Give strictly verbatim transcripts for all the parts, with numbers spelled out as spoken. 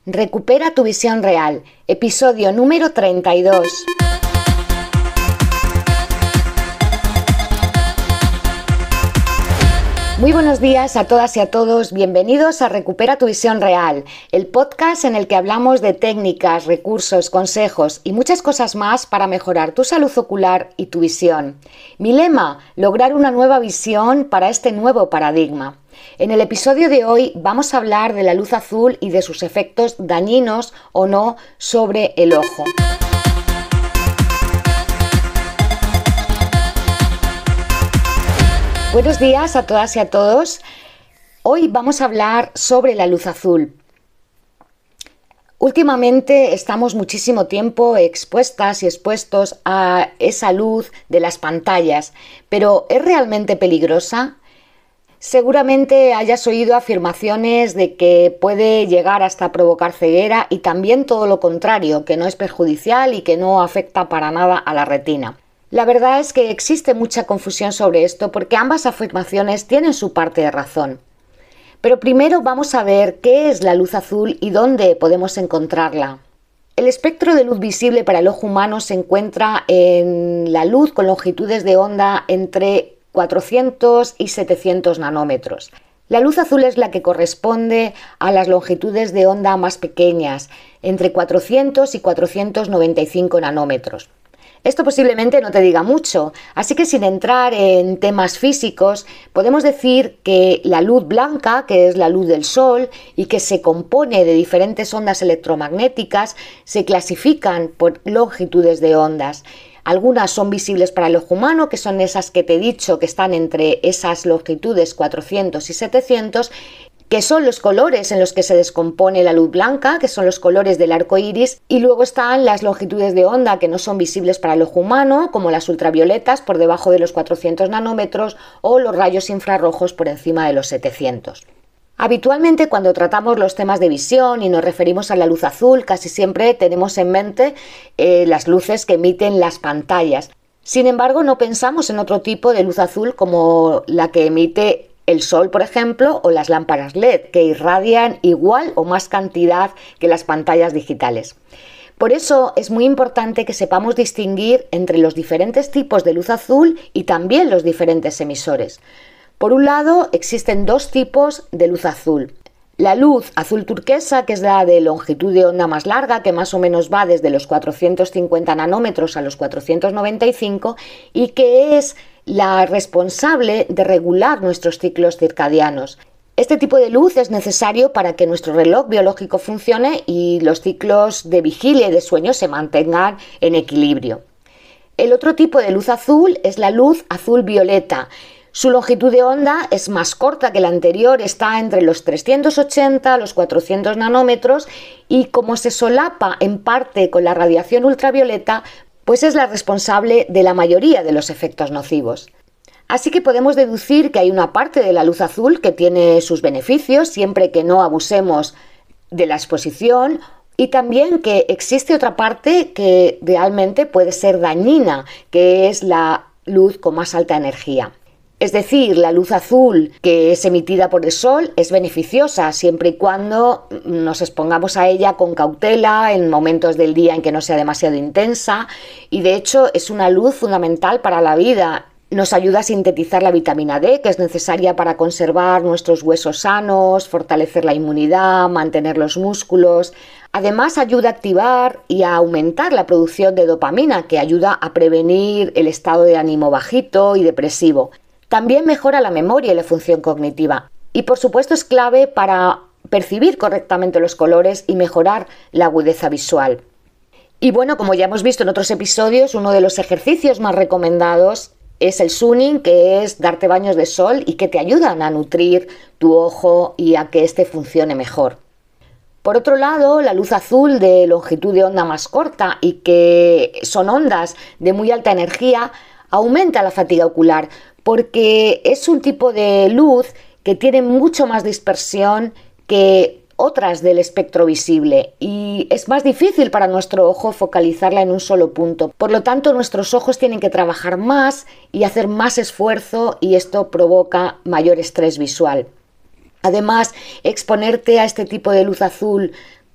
Recupera tu visión real, episodio número treinta y dos. Muy buenos días a todas y a todos, bienvenidos a Recupera tu visión real, el podcast en el que hablamos de técnicas, recursos, consejos y muchas cosas más para mejorar tu salud ocular y tu visión. Mi lema, lograr una nueva visión para este nuevo paradigma. En el episodio de hoy vamos a hablar de la luz azul y de sus efectos dañinos o no sobre el ojo. Buenos días a todas y a todos. Hoy vamos a hablar sobre la luz azul. Últimamente estamos muchísimo tiempo expuestas y expuestos a esa luz de las pantallas, pero ¿es realmente peligrosa? Seguramente hayas oído afirmaciones de que puede llegar hasta provocar ceguera y también todo lo contrario, que no es perjudicial y que no afecta para nada a la retina. La verdad es que existe mucha confusión sobre esto porque ambas afirmaciones tienen su parte de razón. Pero primero vamos a ver qué es la luz azul y dónde podemos encontrarla. El espectro de luz visible para el ojo humano se encuentra en la luz con longitudes de onda entre cuatrocientos y setecientos nanómetros. La luz azul es la que corresponde a las longitudes de onda más pequeñas, entre cuatrocientos y cuatrocientos noventa y cinco nanómetros. Esto posiblemente no te diga mucho, así que sin entrar en temas físicos, podemos decir que la luz blanca, que es la luz del sol y que se compone de diferentes ondas electromagnéticas, se clasifican por longitudes de ondas. Algunas son visibles para el ojo humano, que son esas que te he dicho que están entre esas longitudes cuatrocientos y setecientos, que son los colores en los que se descompone la luz blanca, que son los colores del arco iris, y luego están las longitudes de onda que no son visibles para el ojo humano, como las ultravioletas por debajo de los cuatrocientos nanómetros o los rayos infrarrojos por encima de los setecientos. Habitualmente, cuando tratamos los temas de visión y nos referimos a la luz azul, casi siempre tenemos en mente eh, las luces que emiten las pantallas. Sin embargo, no pensamos en otro tipo de luz azul como la que emite el sol, por ejemplo, o las lámparas L E D, que irradian igual o más cantidad que las pantallas digitales. Por eso es muy importante que sepamos distinguir entre los diferentes tipos de luz azul y también los diferentes emisores. Por un lado, existen dos tipos de luz azul. La luz azul turquesa, que es la de longitud de onda más larga, que más o menos va desde los cuatrocientos cincuenta nanómetros a los cuatrocientos noventa y cinco y que es la responsable de regular nuestros ciclos circadianos. Este tipo de luz es necesario para que nuestro reloj biológico funcione y los ciclos de vigilia y de sueño se mantengan en equilibrio. El otro tipo de luz azul es la luz azul violeta. Su longitud de onda es más corta que la anterior, está entre los trescientos ochenta y los cuatrocientos nanómetros y como se solapa en parte con la radiación ultravioleta, pues es la responsable de la mayoría de los efectos nocivos. Así que podemos deducir que hay una parte de la luz azul que tiene sus beneficios siempre que no abusemos de la exposición y también que existe otra parte que realmente puede ser dañina, que es la luz con más alta energía. Es decir, la luz azul que es emitida por el sol es beneficiosa siempre y cuando nos expongamos a ella con cautela en momentos del día en que no sea demasiado intensa y de hecho es una luz fundamental para la vida. Nos ayuda a sintetizar la vitamina D, que es necesaria para conservar nuestros huesos sanos, fortalecer la inmunidad, mantener los músculos. Además ayuda a activar y a aumentar la producción de dopamina, que ayuda a prevenir el estado de ánimo bajito y depresivo. También mejora la memoria y la función cognitiva y por supuesto es clave para percibir correctamente los colores y mejorar la agudeza visual. Y bueno, como ya hemos visto en otros episodios, uno de los ejercicios más recomendados es el sunning, que es darte baños de sol y que te ayudan a nutrir tu ojo y a que éste funcione mejor. Por otro lado, la luz azul de longitud de onda más corta y que son ondas de muy alta energía aumenta la fatiga ocular porque es un tipo de luz que tiene mucho más dispersión que otras del espectro visible y es más difícil para nuestro ojo focalizarla en un solo punto. Por lo tanto, nuestros ojos tienen que trabajar más y hacer más esfuerzo y esto provoca mayor estrés visual. Además, exponerte a este tipo de luz azul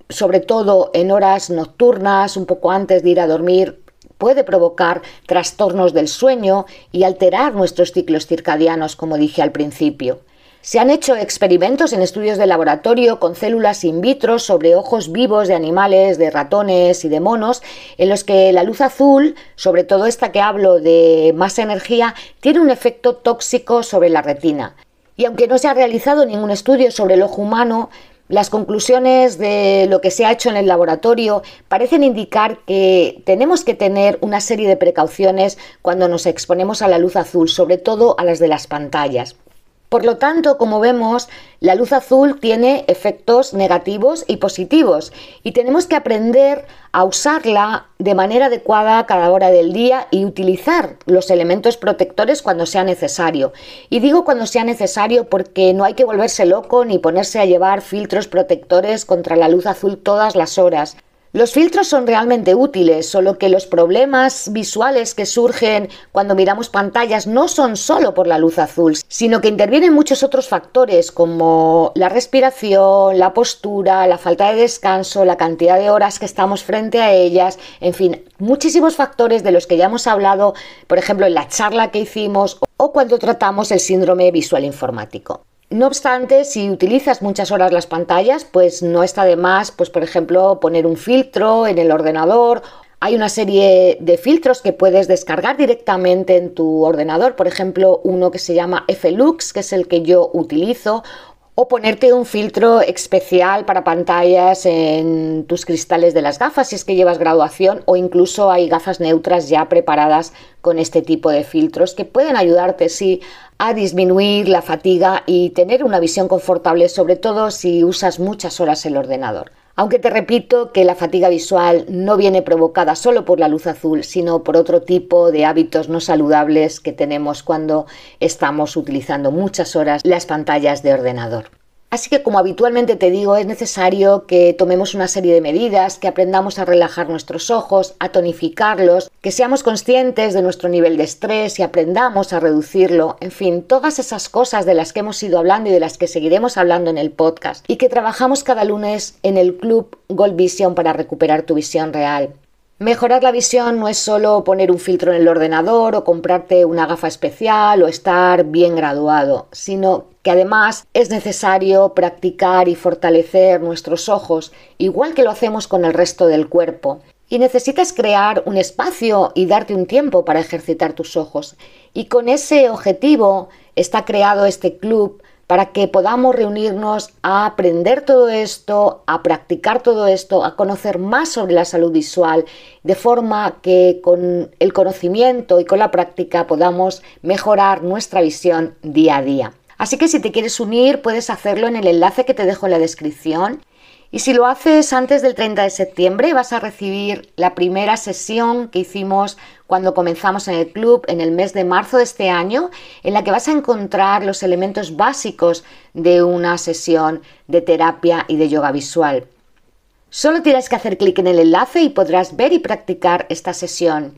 sobre todo en horas nocturnas, un poco antes de ir a dormir, puede provocar trastornos del sueño y alterar nuestros ciclos circadianos, como dije al principio. Se han hecho experimentos en estudios de laboratorio con células in vitro sobre ojos vivos de animales, de ratones y de monos, en los que la luz azul, sobre todo esta que hablo de más energía, tiene un efecto tóxico sobre la retina. Y aunque no se ha realizado ningún estudio sobre el ojo humano, las conclusiones de lo que se ha hecho en el laboratorio parecen indicar que tenemos que tener una serie de precauciones cuando nos exponemos a la luz azul, sobre todo a las de las pantallas. Por lo tanto, como vemos, la luz azul tiene efectos negativos y positivos y tenemos que aprender a usarla de manera adecuada a cada hora del día y utilizar los elementos protectores cuando sea necesario. Y digo cuando sea necesario porque no hay que volverse loco ni ponerse a llevar filtros protectores contra la luz azul todas las horas. Los filtros son realmente útiles, solo que los problemas visuales que surgen cuando miramos pantallas no son solo por la luz azul, sino que intervienen muchos otros factores como la respiración, la postura, la falta de descanso, la cantidad de horas que estamos frente a ellas, en fin, muchísimos factores de los que ya hemos hablado, por ejemplo, en la charla que hicimos o cuando tratamos el síndrome visual informático. No obstante, si utilizas muchas horas las pantallas, pues no está de más, pues por ejemplo, poner un filtro en el ordenador. Hay una serie de filtros que puedes descargar directamente en tu ordenador, por ejemplo, uno que se llama F Lux, que es el que yo utilizo, o ponerte un filtro especial para pantallas en tus cristales de las gafas si es que llevas graduación, o incluso hay gafas neutras ya preparadas con este tipo de filtros que pueden ayudarte, sí, a disminuir la fatiga y tener una visión confortable, sobre todo si usas muchas horas el ordenador. Aunque te repito que la fatiga visual no viene provocada solo por la luz azul, sino por otro tipo de hábitos no saludables que tenemos cuando estamos utilizando muchas horas las pantallas de ordenador. Así que, como habitualmente te digo, es necesario que tomemos una serie de medidas, que aprendamos a relajar nuestros ojos, a tonificarlos, que seamos conscientes de nuestro nivel de estrés y aprendamos a reducirlo, en fin, todas esas cosas de las que hemos ido hablando y de las que seguiremos hablando en el podcast, y que trabajamos cada lunes en el Club Gold Vision para recuperar tu visión real. Mejorar la visión no es solo poner un filtro en el ordenador o comprarte una gafa especial o estar bien graduado, sino que además es necesario practicar y fortalecer nuestros ojos, igual que lo hacemos con el resto del cuerpo. Y necesitas crear un espacio y darte un tiempo para ejercitar tus ojos. Y con ese objetivo está creado este club, para que podamos reunirnos a aprender todo esto, a practicar todo esto, a conocer más sobre la salud visual, de forma que con el conocimiento y con la práctica podamos mejorar nuestra visión día a día. Así que si te quieres unir, puedes hacerlo en el enlace que te dejo en la descripción. Y si lo haces antes del treinta de septiembre, vas a recibir la primera sesión que hicimos cuando comenzamos en el club en el mes de marzo de este año, en la que vas a encontrar los elementos básicos de una sesión de terapia y de yoga visual. Solo tienes que hacer clic en el enlace y podrás ver y practicar esta sesión.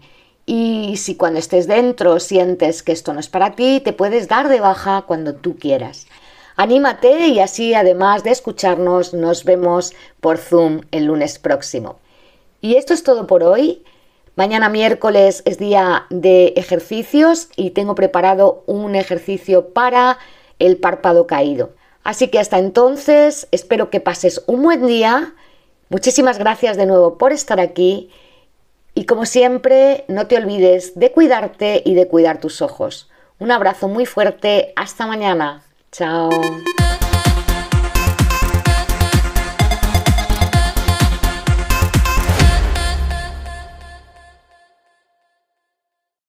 Y si cuando estés dentro sientes que esto no es para ti, te puedes dar de baja cuando tú quieras. Anímate y así, además de escucharnos, nos vemos por Zoom el lunes próximo. Y esto es todo por hoy. Mañana miércoles es día de ejercicios y tengo preparado un ejercicio para el párpado caído. Así que hasta entonces, espero que pases un buen día. Muchísimas gracias de nuevo por estar aquí. Y como siempre, no te olvides de cuidarte y de cuidar tus ojos. Un abrazo muy fuerte. Hasta mañana. Chao.